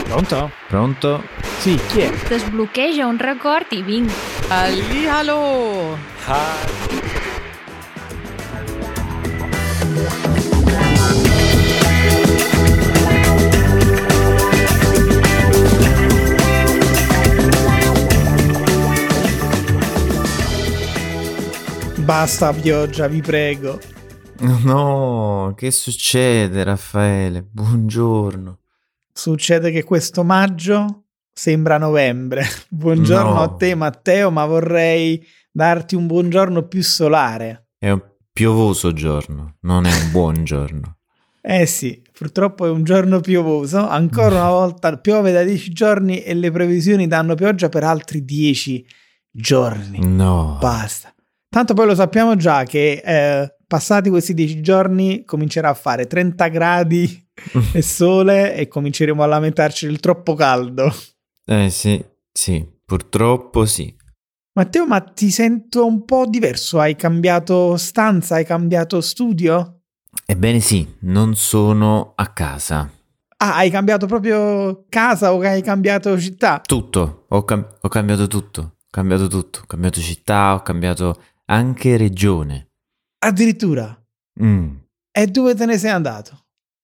Pronto? Pronto? Sì, chi è? Desbloqueja un record i vinc. Hallihallo! Basta pioggia, vi prego. No, che succede, Raffaele? Buongiorno. Succede che questo maggio sembra novembre. Buongiorno No. a te, Matteo, ma vorrei darti un buongiorno più solare. È un piovoso giorno, non è un buon giorno. Eh sì, purtroppo è un giorno piovoso. Ancora una volta piove da 10 giorni e le previsioni danno pioggia per altri 10 giorni. No. Basta. Tanto poi lo sappiamo già che passati questi 10 giorni comincerà a fare 30 gradi e sole e cominceremo a lamentarci del troppo caldo. Sì, purtroppo sì. Matteo, ma ti sento un po' diverso. Hai cambiato stanza? Hai cambiato studio? Ebbene sì, non sono a casa. Ah, hai cambiato proprio casa o hai cambiato città? Tutto, ho cambiato tutto. Ho cambiato città, ho cambiato anche regione. Addirittura. E dove te ne sei andato?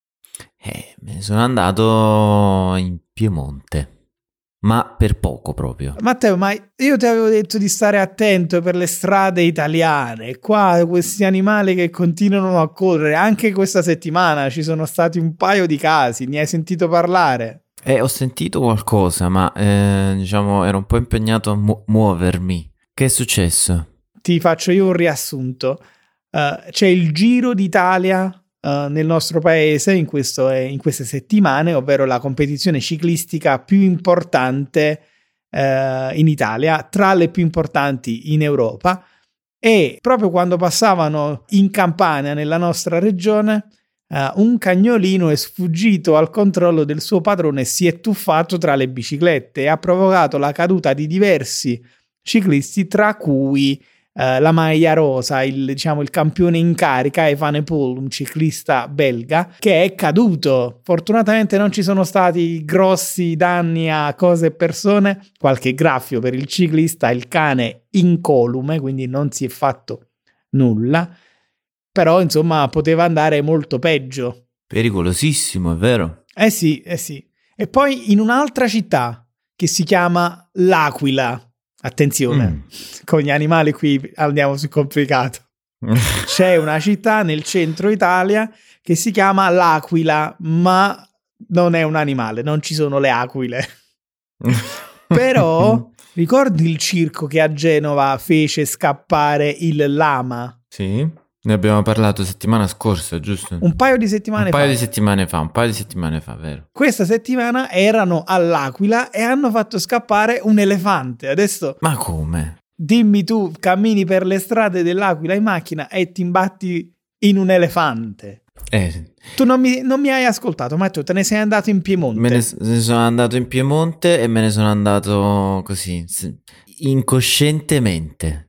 Me ne sono andato in Piemonte, ma per poco proprio. Matteo, ma io ti avevo detto di stare attento per le strade italiane. Qua questi animali che continuano a correre. Anche questa settimana ci sono stati un paio di casi. Ne hai sentito parlare? Ho sentito qualcosa, ma diciamo ero un po' impegnato a muovermi. Che è successo? Ti faccio io un riassunto. C'è il Giro d'Italia nel nostro paese in queste settimane, ovvero la competizione ciclistica più importante in Italia, tra le più importanti in Europa, e proprio quando passavano in Campania, nella nostra regione, un cagnolino è sfuggito al controllo del suo padrone e si è tuffato tra le biciclette e ha provocato la caduta di diversi ciclisti, tra cui la maglia rosa, il campione in carica, Evenepoel, un ciclista belga, che è caduto. Fortunatamente non ci sono stati grossi danni a cose e persone, qualche graffio per il ciclista, il cane incolume, quindi non si è fatto nulla, però insomma poteva andare molto peggio. Pericolosissimo, è vero? Eh sì. E poi in un'altra città che si chiama L'Aquila. Attenzione, con gli animali qui andiamo sul complicato. C'è una città nel centro Italia che si chiama L'Aquila, ma non è un animale, non ci sono le aquile. Però ricordi il circo che a Genova fece scappare il lama? Sì, ne abbiamo parlato settimana scorsa, giusto? Un paio di settimane fa. Un paio di settimane fa, vero? Questa settimana erano all'Aquila e hanno fatto scappare un elefante. Adesso Ma come? dimmi tu, cammini per le strade dell'Aquila in macchina e ti imbatti in un elefante. Tu non mi hai ascoltato, Matteo, te ne sei andato in Piemonte. Me ne sono andato in Piemonte e me ne sono andato così, incoscientemente.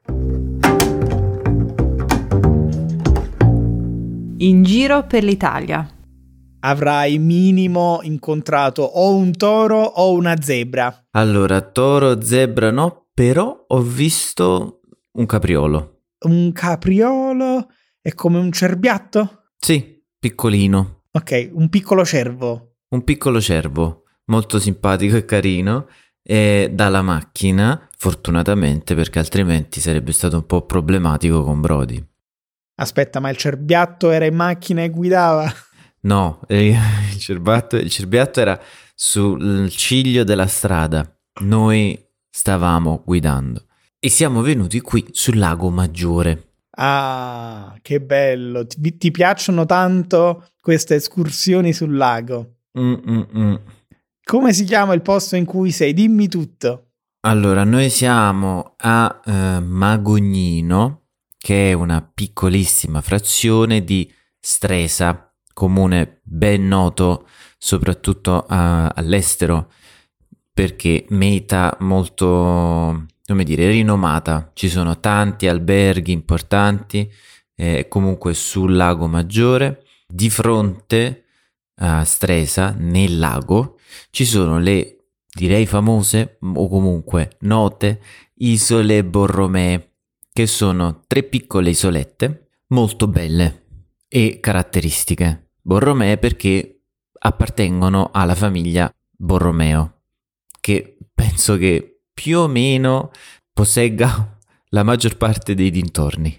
In giro per l'Italia. Avrai minimo incontrato o un toro o una zebra. Allora, toro, zebra no, però ho visto un capriolo. Un capriolo è come un cerbiatto? Sì, piccolino. Ok, un piccolo cervo. Un piccolo cervo, molto simpatico e carino, e dalla macchina, fortunatamente, perché altrimenti sarebbe stato un po' problematico con Brody. Aspetta, ma il cerbiatto era in macchina e guidava? No, il cerbiatto era sul ciglio della strada. Noi stavamo guidando e siamo venuti qui sul Lago Maggiore. Ah, che bello! Ti piacciono tanto queste escursioni sul lago? Come si chiama il posto in cui sei? Dimmi tutto. Allora, noi siamo a Magognino, che è una piccolissima frazione di Stresa, comune ben noto soprattutto all'estero, perché meta molto, come dire, rinomata. Ci sono tanti alberghi importanti, comunque sul Lago Maggiore. Di fronte a Stresa, nel lago, ci sono le, direi famose, o comunque note, isole Borromee, che sono 3 piccole isolette molto belle e caratteristiche. Borromee perché appartengono alla famiglia Borromeo, che penso che più o meno possegga la maggior parte dei dintorni.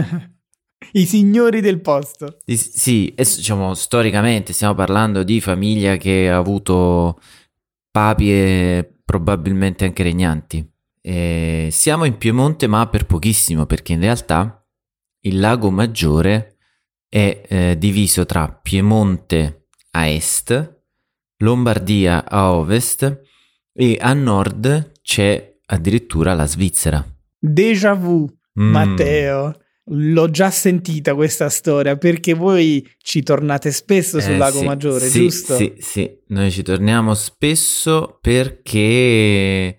I signori del posto. Sì, diciamo, storicamente stiamo parlando di famiglia che ha avuto papi e probabilmente anche regnanti. Siamo in Piemonte, ma per pochissimo, perché in realtà il Lago Maggiore è diviso tra Piemonte a est, Lombardia a ovest e a nord c'è addirittura la Svizzera. Déjà vu, Matteo. L'ho già sentita questa storia, perché voi ci tornate spesso sul Lago Maggiore, sì, giusto? Sì, noi ci torniamo spesso perché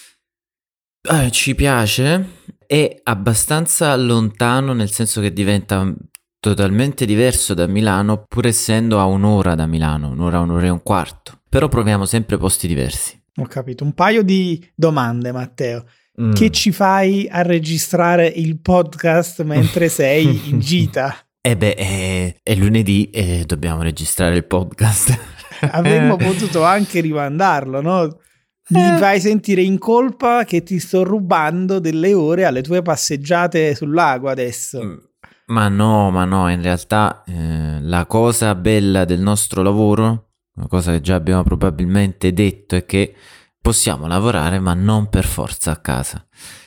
ci piace, è abbastanza lontano, nel senso che diventa totalmente diverso da Milano, pur essendo a un'ora da Milano, un'ora e un quarto. Però proviamo sempre posti diversi. Ho capito. Un paio di domande, Matteo. Che ci fai a registrare il podcast mentre sei in gita? È lunedì e dobbiamo registrare il podcast. Avremmo potuto anche rimandarlo, no? Mi fai sentire in colpa che ti sto rubando delle ore alle tue passeggiate sul lago adesso. Ma no, in realtà la cosa bella del nostro lavoro, una cosa che già abbiamo probabilmente detto, è che possiamo lavorare ma non per forza a casa.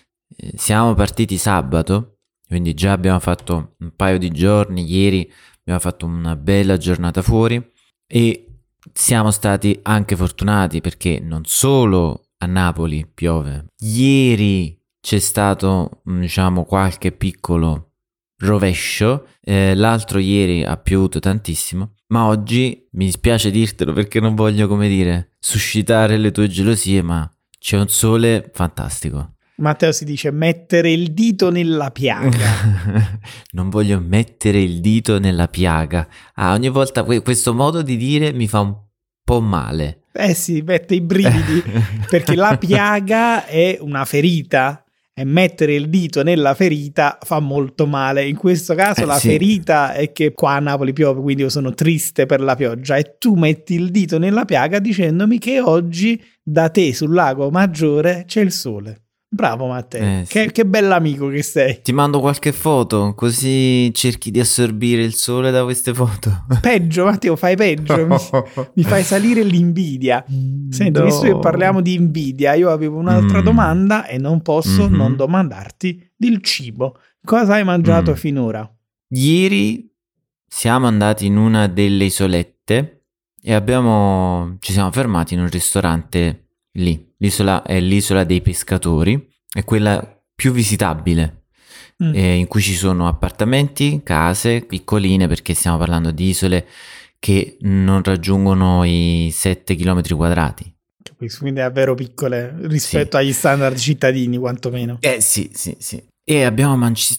Siamo partiti sabato, quindi già abbiamo fatto un paio di giorni, ieri abbiamo fatto una bella giornata fuori e siamo stati anche fortunati perché non solo a Napoli piove, ieri c'è stato diciamo qualche piccolo rovescio, l'altro ieri ha piovuto tantissimo, ma oggi mi dispiace dirtelo perché non voglio, come dire, suscitare le tue gelosie, ma c'è un sole fantastico. Matteo si dice mettere il dito nella piaga. Non voglio mettere il dito nella piaga. Ogni volta questo modo di dire mi fa un po' male. Sì, mette i brividi, perché la piaga è una ferita e mettere il dito nella ferita fa molto male. In questo caso la ferita è che qua a Napoli piove, quindi io sono triste per la pioggia, e tu metti il dito nella piaga dicendomi che oggi da te sul Lago Maggiore c'è il sole. Bravo Matteo, che bell'amico che sei. Ti mando qualche foto così cerchi di assorbire il sole da queste foto. Peggio Matteo, fai peggio. Mi fai salire l'invidia. Senti, visto che parliamo di invidia, io avevo un'altra domanda e non posso non domandarti del cibo. Cosa hai mangiato finora? Ieri siamo andati in una delle isolette e ci siamo fermati in un ristorante lì. L'isola è l'isola dei pescatori, è quella più visitabile, in cui ci sono appartamenti, case piccoline, perché stiamo parlando di isole che non raggiungono i 7 km quadrati. Quindi davvero piccole rispetto agli standard cittadini, quantomeno. Sì. E abbiamo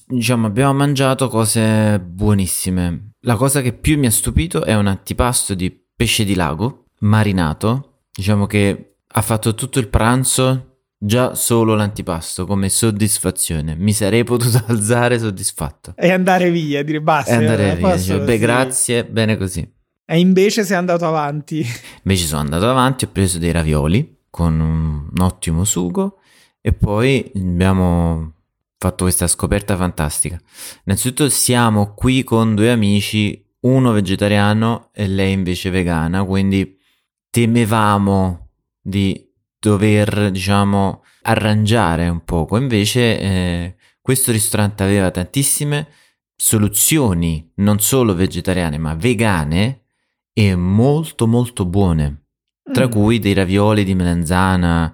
mangiato cose buonissime. La cosa che più mi ha stupito è un antipasto di pesce di lago marinato, diciamo che ha fatto tutto il pranzo, già solo l'antipasto come soddisfazione. Mi sarei potuto alzare soddisfatto. E andare via, dire basta. E andare via, dice, grazie, bene così. E invece sei andato avanti. Invece sono andato avanti, ho preso dei ravioli con un ottimo sugo e poi abbiamo fatto questa scoperta fantastica. Innanzitutto siamo qui con 2 amici, uno vegetariano e lei invece vegana, quindi temevamo di dover, diciamo, arrangiare un poco. Invece questo ristorante aveva tantissime soluzioni, non solo vegetariane ma vegane e molto molto buone, tra cui dei ravioli di melanzana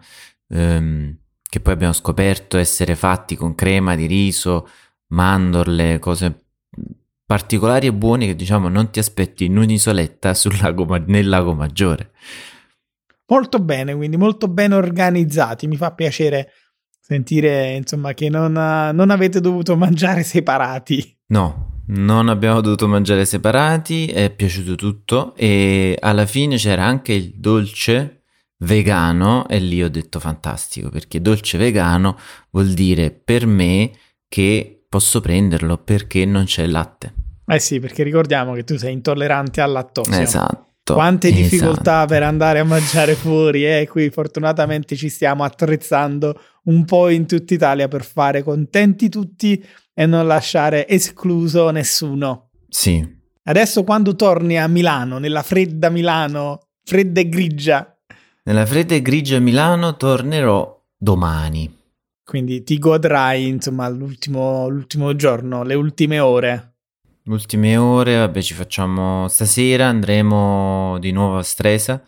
che poi abbiamo scoperto essere fatti con crema di riso, mandorle, cose particolari e buone che, diciamo, non ti aspetti in un'isoletta nel Lago Maggiore. Molto bene, quindi molto ben organizzati. Mi fa piacere sentire, insomma, che non avete dovuto mangiare separati. No, non abbiamo dovuto mangiare separati, è piaciuto tutto e alla fine c'era anche il dolce vegano e lì ho detto fantastico, perché dolce vegano vuol dire per me che posso prenderlo perché non c'è il latte. Eh sì, perché ricordiamo che tu sei intollerante al lattosio. Esatto. Quante difficoltà per andare a mangiare fuori, qui fortunatamente ci stiamo attrezzando un po' in tutta Italia per fare contenti tutti e non lasciare escluso nessuno. Sì. Adesso quando torni a Milano, nella fredda Milano, fredda e grigia. Nella fredda e grigia Milano tornerò domani. Quindi ti godrai, insomma, l'ultimo giorno, le ultime ore. Ultime ore, vabbè, ci facciamo stasera, andremo di nuovo a Stresa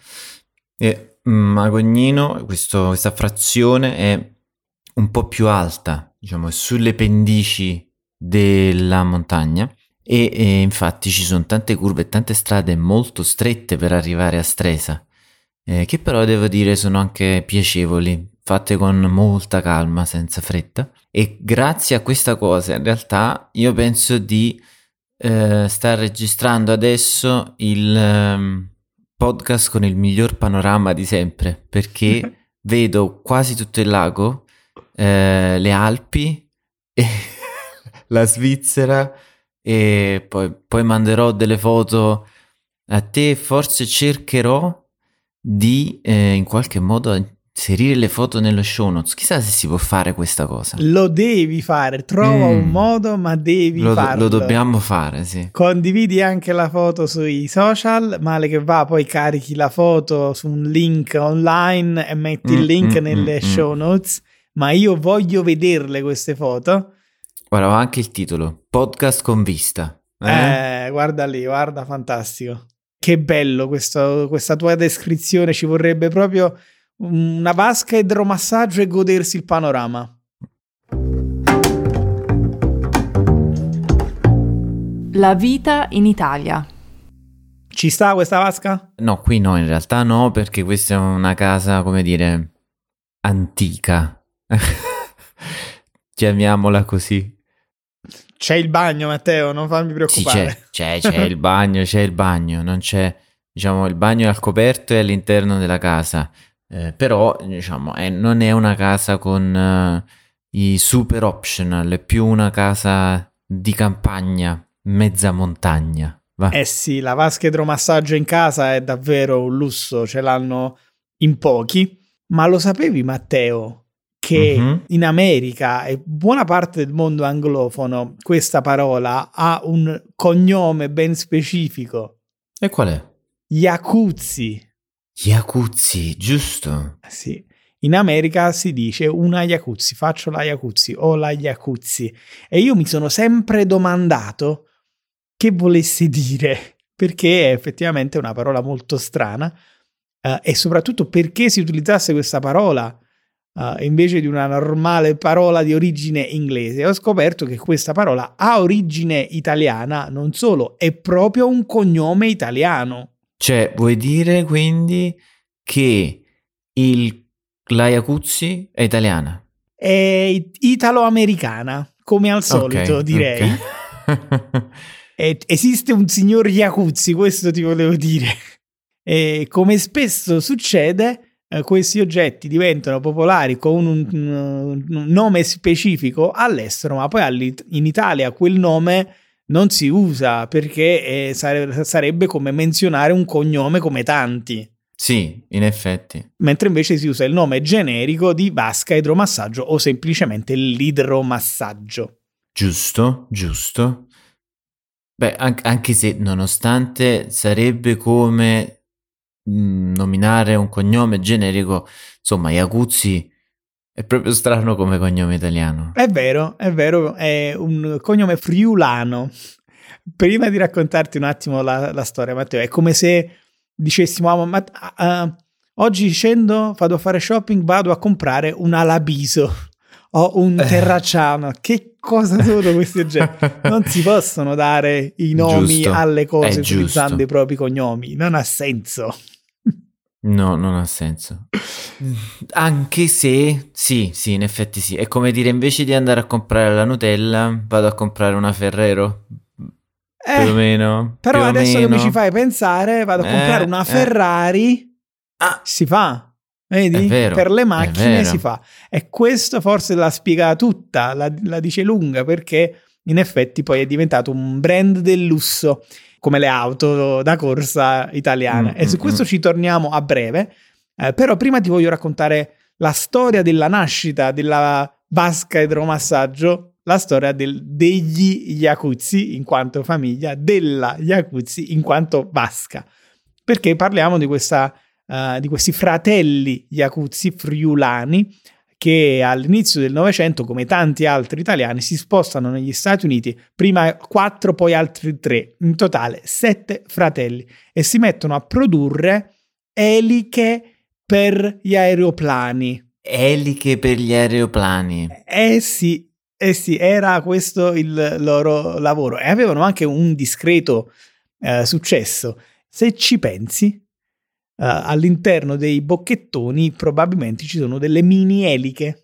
e Magognino, questa frazione è un po' più alta, diciamo, è sulle pendici della montagna e infatti ci sono tante curve e tante strade molto strette per arrivare a Stresa, che però devo dire sono anche piacevoli, fatte con molta calma, senza fretta, e grazie a questa cosa in realtà io penso di sta registrando adesso il podcast con il miglior panorama di sempre, perché vedo quasi tutto il lago, le Alpi e la Svizzera e poi manderò delle foto a te, forse cercherò di in qualche modo inserire le foto nello show notes. Chissà se si può fare questa cosa. Lo devi fare, trova un modo, ma devi farlo. Lo dobbiamo fare, sì. Condividi anche la foto sui social, male che va, poi carichi la foto su un link online e metti il link nelle show notes, ma io voglio vederle queste foto. Guarda, ho anche il titolo, podcast con vista. Guarda lì, guarda, fantastico. Che bello questa tua descrizione, ci vorrebbe proprio una vasca idromassaggio e godersi il panorama. La vita in Italia. Ci sta questa vasca? No, qui no, in realtà no, perché questa è una casa, come dire, antica. Chiamiamola così. C'è il bagno, Matteo, non farmi preoccupare. Sì, c'è il bagno, non c'è, diciamo, il bagno è al coperto e all'interno della casa. Però diciamo non è una casa con i super optional, è più una casa di campagna, mezza montagna. Va. Sì, la vasca idromassaggio in casa è davvero un lusso, ce l'hanno in pochi. Ma lo sapevi, Matteo, che in America e buona parte del mondo anglofono questa parola ha un cognome ben specifico? E qual è? Jacuzzi. Jacuzzi, giusto? Sì, in America si dice una jacuzzi, faccio la jacuzzi o la jacuzzi. E io mi sono sempre domandato che volesse dire, perché è effettivamente una parola molto strana e soprattutto perché si utilizzasse questa parola invece di una normale parola di origine inglese. Ho scoperto che questa parola ha origine italiana, non solo, è proprio un cognome italiano. Cioè, vuoi dire quindi che la Jacuzzi è italiana? È italo-americana, come al solito, direi. Okay. Esiste un signor Jacuzzi, questo ti volevo dire. E come spesso succede, questi oggetti diventano popolari con un nome specifico all'estero, ma poi in Italia quel nome non si usa perché sarebbe come menzionare un cognome come tanti. Sì, in effetti. Mentre invece si usa il nome generico di vasca idromassaggio o semplicemente l'idromassaggio. Giusto. Beh, anche se nonostante sarebbe come nominare un cognome generico, insomma, Jacuzzi è proprio strano come cognome italiano. È vero, è un cognome friulano. Prima di raccontarti un attimo la storia, Matteo, è come se dicessimo oggi scendo, vado a fare shopping, vado a comprare un Alabiso o un Terracciano. Che cosa sono questi oggetti? Non si possono dare i nomi alle cose utilizzando i propri cognomi, non ha senso. No, non ha senso. Anche se sì, in effetti sì. È come dire, invece di andare a comprare la Nutella, vado a comprare una Ferrero. più o meno. Però più o adesso meno. che mi ci fai pensare, vado a comprare una Ferrari, si fa. Vedi? È vero, Per le è macchine vero. si fa. E questo forse la spiega tutta, la dice lunga, perché in effetti poi è diventato un brand del lusso, come le auto da corsa italiane. E su questo ci torniamo a breve. Però prima ti voglio raccontare la storia della nascita della vasca idromassaggio, la storia degli Iacuzzi in quanto famiglia, della Iacuzzi in quanto vasca. Perché parliamo di questi fratelli Iacuzzi friulani che all'inizio del Novecento, come tanti altri italiani, si spostano negli Stati Uniti, prima 4, poi altri 3, in totale 7 fratelli, e si mettono a produrre eliche per gli aeroplani. Eliche per gli aeroplani. Sì, era questo il loro lavoro, e avevano anche un discreto successo. Se ci pensi, all'interno dei bocchettoni probabilmente ci sono delle mini eliche.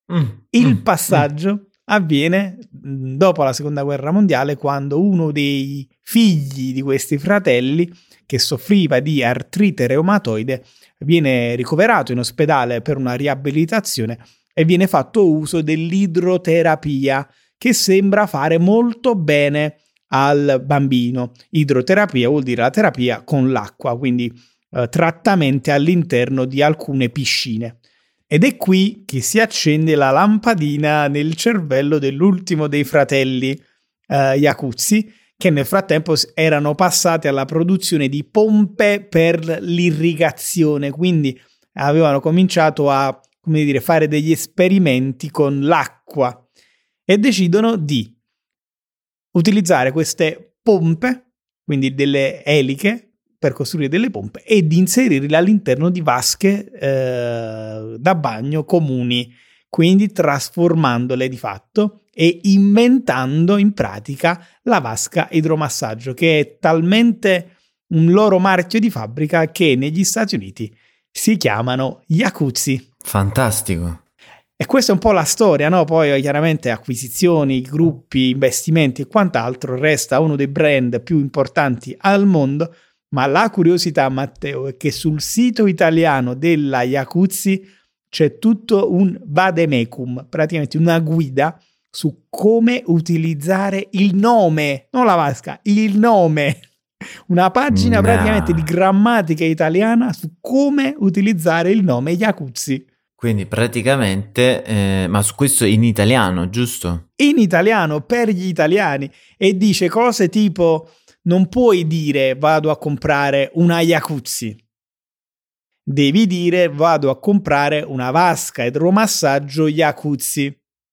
Il passaggio avviene dopo la seconda guerra mondiale, quando uno dei figli di questi fratelli, che soffriva di artrite reumatoide, viene ricoverato in ospedale per una riabilitazione e viene fatto uso dell'idroterapia, che sembra fare molto bene al bambino. Idroterapia vuol dire la terapia con l'acqua, quindi trattamenti all'interno di alcune piscine. Ed è qui che si accende la lampadina nel cervello dell'ultimo dei fratelli Iacuzzi, che nel frattempo erano passati alla produzione di pompe per l'irrigazione, quindi avevano cominciato a, come dire, fare degli esperimenti con l'acqua, e decidono di utilizzare queste pompe, quindi delle eliche, per costruire delle pompe e di inserirle all'interno di vasche da bagno comuni, quindi trasformandole di fatto e inventando in pratica la vasca idromassaggio, che è talmente un loro marchio di fabbrica che negli Stati Uniti si chiamano Iacuzzi. Fantastico. E questa è un po' la storia, no? Poi chiaramente acquisizioni, gruppi, investimenti e quant'altro, resta uno dei brand più importanti al mondo. Ma la curiosità, Matteo, è che sul sito italiano della Iacuzzi c'è tutto un vademecum, praticamente una guida su come utilizzare il nome, non la vasca, il nome. Una pagina praticamente di grammatica italiana su come utilizzare il nome Iacuzzi. Quindi praticamente, ma su questo in italiano, giusto? In italiano, per gli italiani, e dice cose tipo: non puoi dire vado a comprare una Iacuzzi, devi dire vado a comprare una vasca idromassaggio Iacuzzi.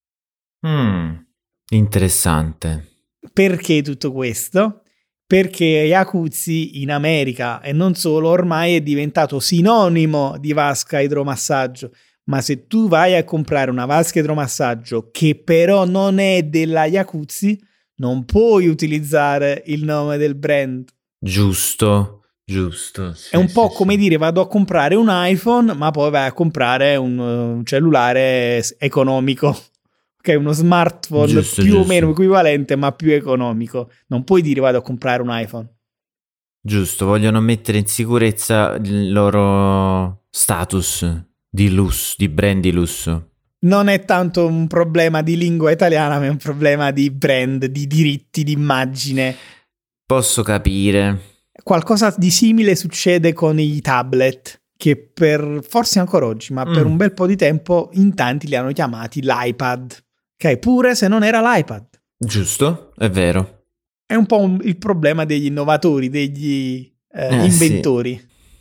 Interessante. Perché tutto questo? Perché Iacuzzi in America, e non solo, ormai è diventato sinonimo di vasca idromassaggio. Ma se tu vai a comprare una vasca idromassaggio che però non è della Iacuzzi, non puoi utilizzare il nome del brand. Giusto. Sì, è un po' come dire vado a comprare un iPhone, ma poi vai a comprare un cellulare economico, ok, uno smartphone giusto. o meno equivalente, ma più economico. Non puoi dire vado a comprare un iPhone. Giusto, vogliono mettere in sicurezza il loro status di lusso, di brand di lusso. Non è tanto un problema di lingua italiana, ma è un problema di brand, di diritti, di immagine. Posso capire. Qualcosa di simile succede con i tablet, che forse ancora oggi, ma per un bel po' di tempo in tanti li hanno chiamati l'iPad. Ok, pure se non era l'iPad. Giusto, è vero. È un po' il problema degli innovatori, degli inventori.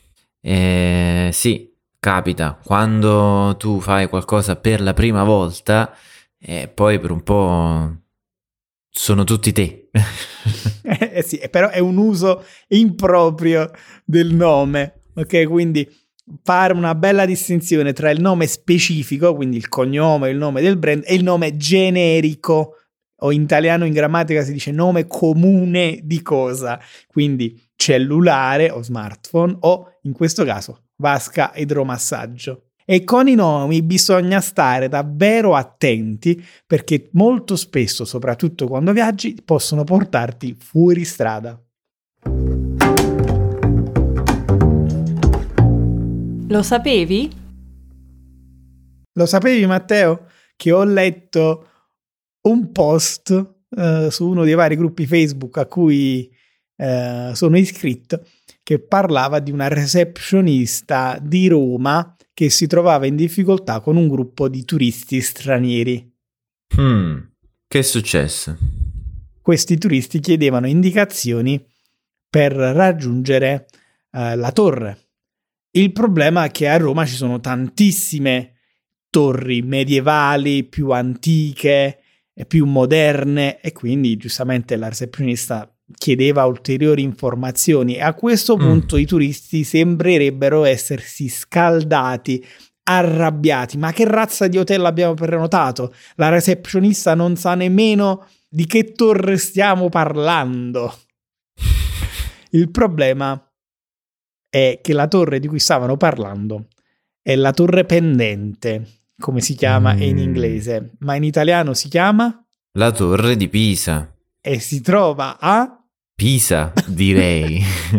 Sì, capita. Quando tu fai qualcosa per la prima volta, poi per un po' sono tutti te. Sì, però è un uso improprio del nome, ok? Quindi fare una bella distinzione tra il nome specifico, quindi il cognome, il nome del brand, e il nome generico, o in italiano in grammatica si dice nome comune di cosa, quindi cellulare o smartphone, o in questo caso vasca idromassaggio. E con i nomi bisogna stare davvero attenti perché molto spesso, soprattutto quando viaggi, possono portarti fuori strada. Lo sapevi? Lo sapevi, Matteo? Che ho letto un post su uno dei vari gruppi Facebook a cui sono iscritto che parlava di una receptionista di Roma che si trovava in difficoltà con un gruppo di turisti stranieri. Che è successo? Questi turisti chiedevano indicazioni per raggiungere la torre. Il problema è che a Roma ci sono tantissime torri medievali, più antiche e più moderne, e quindi giustamente la receptionista chiedeva ulteriori informazioni. A questo punto i turisti sembrerebbero essersi scaldati, arrabbiati. Ma che razza di hotel abbiamo prenotato? La receptionista non sa nemmeno di che torre stiamo parlando. Il problema è che la torre di cui stavano parlando è la torre pendente, come si chiama in inglese, ma in italiano si chiama? La torre di Pisa. E si trova a? Pisa, direi.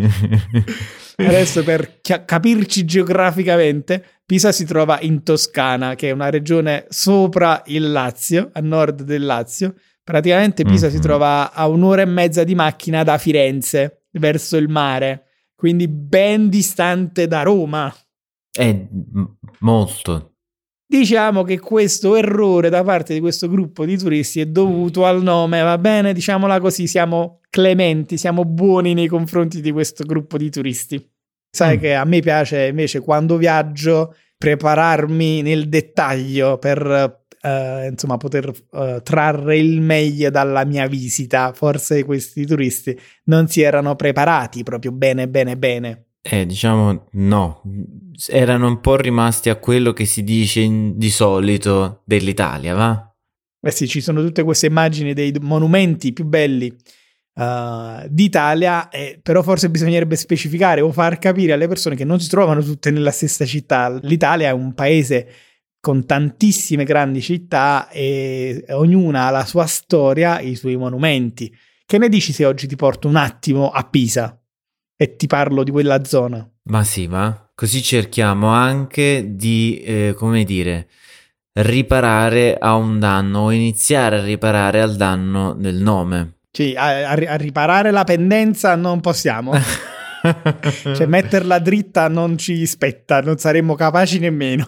Adesso per capirci geograficamente, Pisa si trova in Toscana, che è una regione sopra il Lazio, a nord del Lazio. Praticamente Pisa si trova a 1.5 ore di macchina da Firenze, verso il mare, quindi ben distante da Roma. È molto. Diciamo che questo errore da parte di questo gruppo di turisti è dovuto al nome, va bene? Diciamola così, siamo clementi, siamo buoni nei confronti di questo gruppo di turisti. Sai che a me piace invece quando viaggio prepararmi nel dettaglio per insomma poter trarre il meglio dalla mia visita. Forse questi turisti non si erano preparati proprio bene. Diciamo no, erano un po' rimasti a quello che si dice di solito dell'Italia, va? Sì, ci sono tutte queste immagini dei monumenti più belli d'Italia, però forse bisognerebbe specificare o far capire alle persone che non si trovano tutte nella stessa città. L'Italia è un paese con tantissime grandi città e ognuna ha la sua storia, i suoi monumenti. Che ne dici se oggi ti porto un attimo a Pisa e ti parlo di quella zona? Ma sì, ma così cerchiamo anche di, come dire, riparare a un danno o iniziare a riparare al danno del nome. Sì, a riparare la pendenza non possiamo. Cioè metterla dritta non ci spetta, non saremmo capaci nemmeno.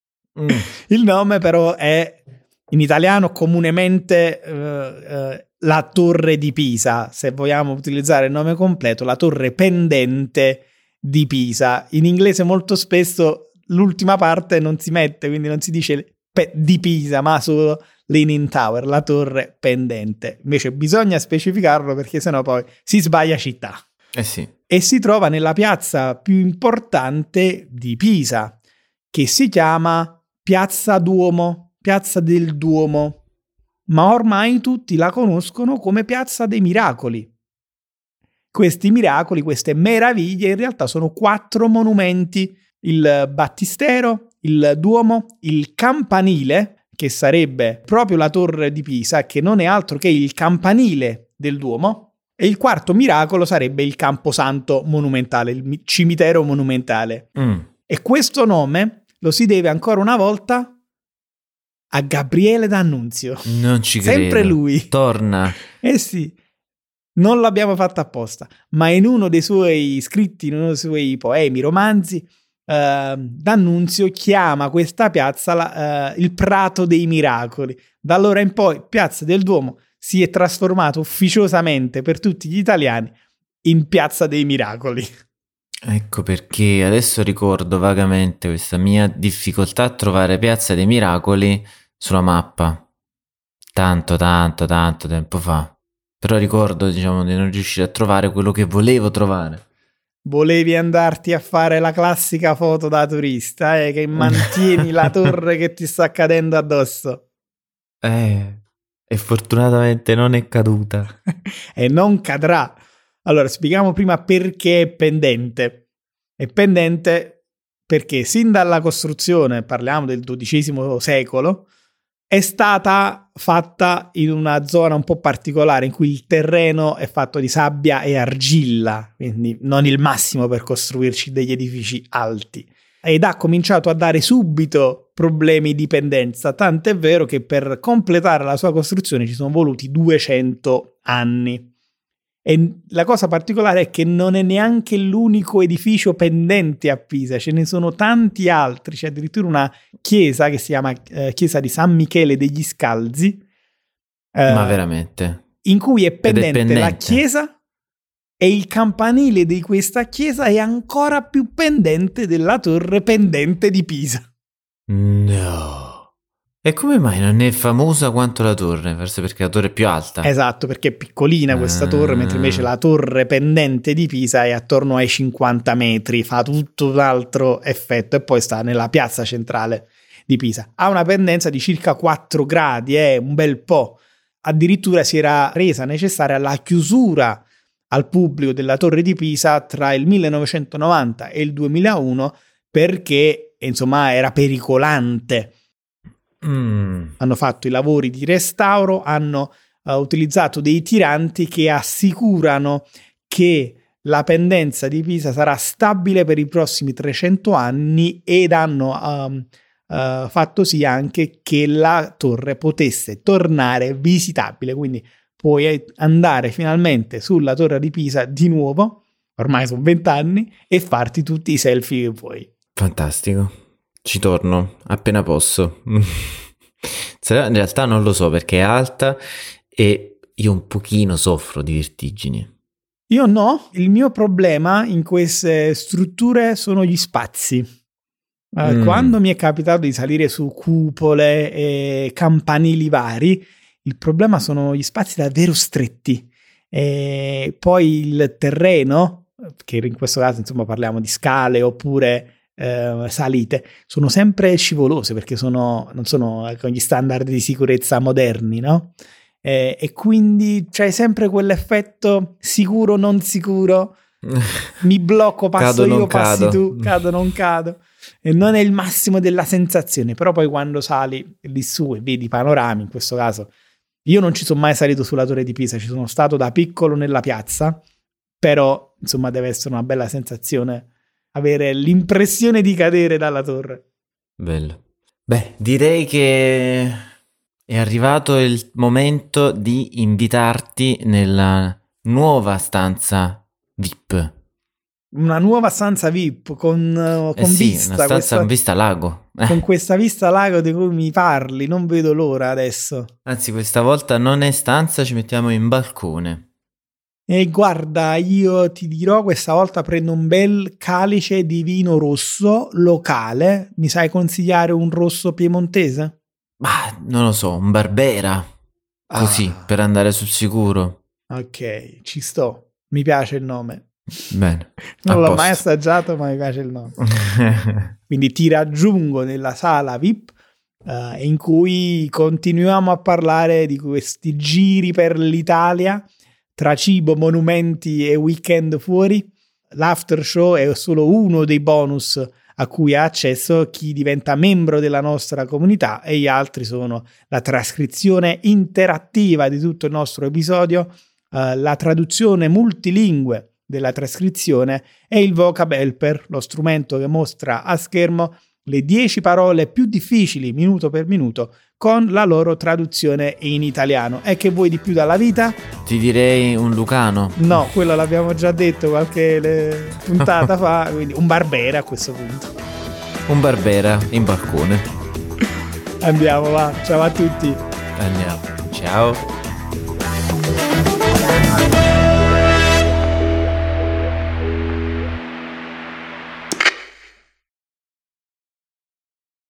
Il nome però è in italiano comunemente la torre di Pisa. Se vogliamo utilizzare il nome completo, la torre pendente di Pisa. In inglese molto spesso l'ultima parte non si mette, quindi non si dice di Pisa, ma solo Leaning Tower, la torre pendente. Invece bisogna specificarlo perché sennò poi si sbaglia città. Sì. E si trova nella piazza più importante di Pisa, che si chiama Piazza Duomo, Piazza del Duomo, ma ormai tutti la conoscono come Piazza dei Miracoli. Questi miracoli, queste meraviglie, in realtà sono 4 monumenti: il Battistero, il Duomo, il Campanile, che sarebbe proprio la torre di Pisa, che non è altro che il campanile del Duomo, e il quarto miracolo sarebbe il Camposanto monumentale, il cimitero monumentale. E questo nome lo si deve ancora una volta a Gabriele D'Annunzio. Non ci credo. Sempre lui. Torna. Sì, non l'abbiamo fatto apposta, ma in uno dei suoi scritti, in uno dei suoi poemi, romanzi, D'Annunzio chiama questa piazza il Prato dei Miracoli. Da allora in poi Piazza del Duomo si è trasformato ufficiosamente per tutti gli italiani in Piazza dei Miracoli. Ecco perché adesso ricordo vagamente questa mia difficoltà a trovare Piazza dei Miracoli sulla mappa. Tanto tempo fa. Però ricordo, diciamo, di non riuscire a trovare quello che volevo trovare. Volevi andarti a fare la classica foto da turista, che mantieni la torre che ti sta cadendo addosso. E fortunatamente non è caduta. E non cadrà. Allora, spieghiamo prima perché è pendente. È pendente perché sin dalla costruzione, parliamo del XII secolo, è stata fatta in una zona un po' particolare in cui il terreno è fatto di sabbia e argilla, quindi non il massimo per costruirci degli edifici alti. Ed ha cominciato a dare subito problemi di pendenza, tant'è vero che per completare la sua costruzione ci sono voluti 200 anni. E la cosa particolare è che non è neanche l'unico edificio pendente a Pisa, ce ne sono tanti altri, c'è addirittura una chiesa che si chiama chiesa di San Michele degli Scalzi, ma veramente? In cui è pendente la pendente. chiesa e il campanile di questa chiesa è ancora più pendente della torre pendente di Pisa. No. E come mai non è famosa quanto la torre? Forse perché la torre è più alta. Esatto, perché è piccolina questa torre, mentre invece la torre pendente di Pisa è attorno ai 50 metri, fa tutto un altro effetto e poi sta nella piazza centrale di Pisa. Ha una pendenza di circa 4 gradi, un bel po'. Addirittura si era resa necessaria la chiusura al pubblico della torre di Pisa tra il 1990 e il 2001 perché, insomma, era pericolante. Hanno fatto i lavori di restauro, hanno utilizzato dei tiranti che assicurano che la pendenza di Pisa sarà stabile per i prossimi 300 anni ed hanno fatto sì anche che la torre potesse tornare visitabile, quindi puoi andare finalmente sulla torre di Pisa di nuovo, ormai sono 20 anni, e farti tutti i selfie che vuoi. Fantastico. Ci torno appena posso. In realtà non lo so perché è alta e io un pochino soffro di vertigini. Io no, il mio problema in queste strutture sono gli spazi. Quando mi è capitato di salire su cupole e campanili vari, il problema sono gli spazi davvero stretti. E poi il terreno, che in questo caso insomma parliamo di scale oppure salite, sono sempre scivolose perché non sono con gli standard di sicurezza moderni, no? E quindi c'è sempre quell'effetto sicuro non sicuro, mi blocco, passo io, passi tu, cado non cado, e non è il massimo della sensazione. Però poi quando sali lì su e vedi panorami, in questo caso io non ci sono mai salito sulla torre di Pisa, ci sono stato da piccolo nella piazza, però insomma deve essere una bella sensazione avere l'impressione di cadere dalla torre. Bello. Beh, direi che è arrivato il momento di invitarti nella nuova stanza VIP. Una nuova stanza VIP con sì, vista, una stanza con vista lago. Con questa vista lago di cui mi parli, non vedo l'ora adesso. Anzi, questa volta non è stanza, ci mettiamo in balcone. E guarda, io ti dirò, questa volta prendo un bel calice di vino rosso locale. Mi sai consigliare un rosso piemontese? Non lo so, un Barbera, così, per andare sul sicuro. Ok, ci sto, mi piace il nome. Bene. Non l'ho mai assaggiato, ma mi piace il nome. Quindi ti raggiungo nella sala VIP in cui continuiamo a parlare di questi giri per l'Italia tra cibo, monumenti e weekend fuori. L'after show è solo uno dei bonus a cui ha accesso chi diventa membro della nostra comunità, e gli altri sono la trascrizione interattiva di tutto il nostro episodio, la traduzione multilingue della trascrizione e il Vocab Helper, lo strumento che mostra a schermo le 10 parole più difficili minuto per minuto con la loro traduzione in italiano. E che vuoi di più dalla vita? Ti direi un Lucano. No, quello l'abbiamo già detto qualche puntata fa, quindi un Barbera a questo punto. Un Barbera in balcone. Andiamo, va. Ciao a tutti. Andiamo. Ciao.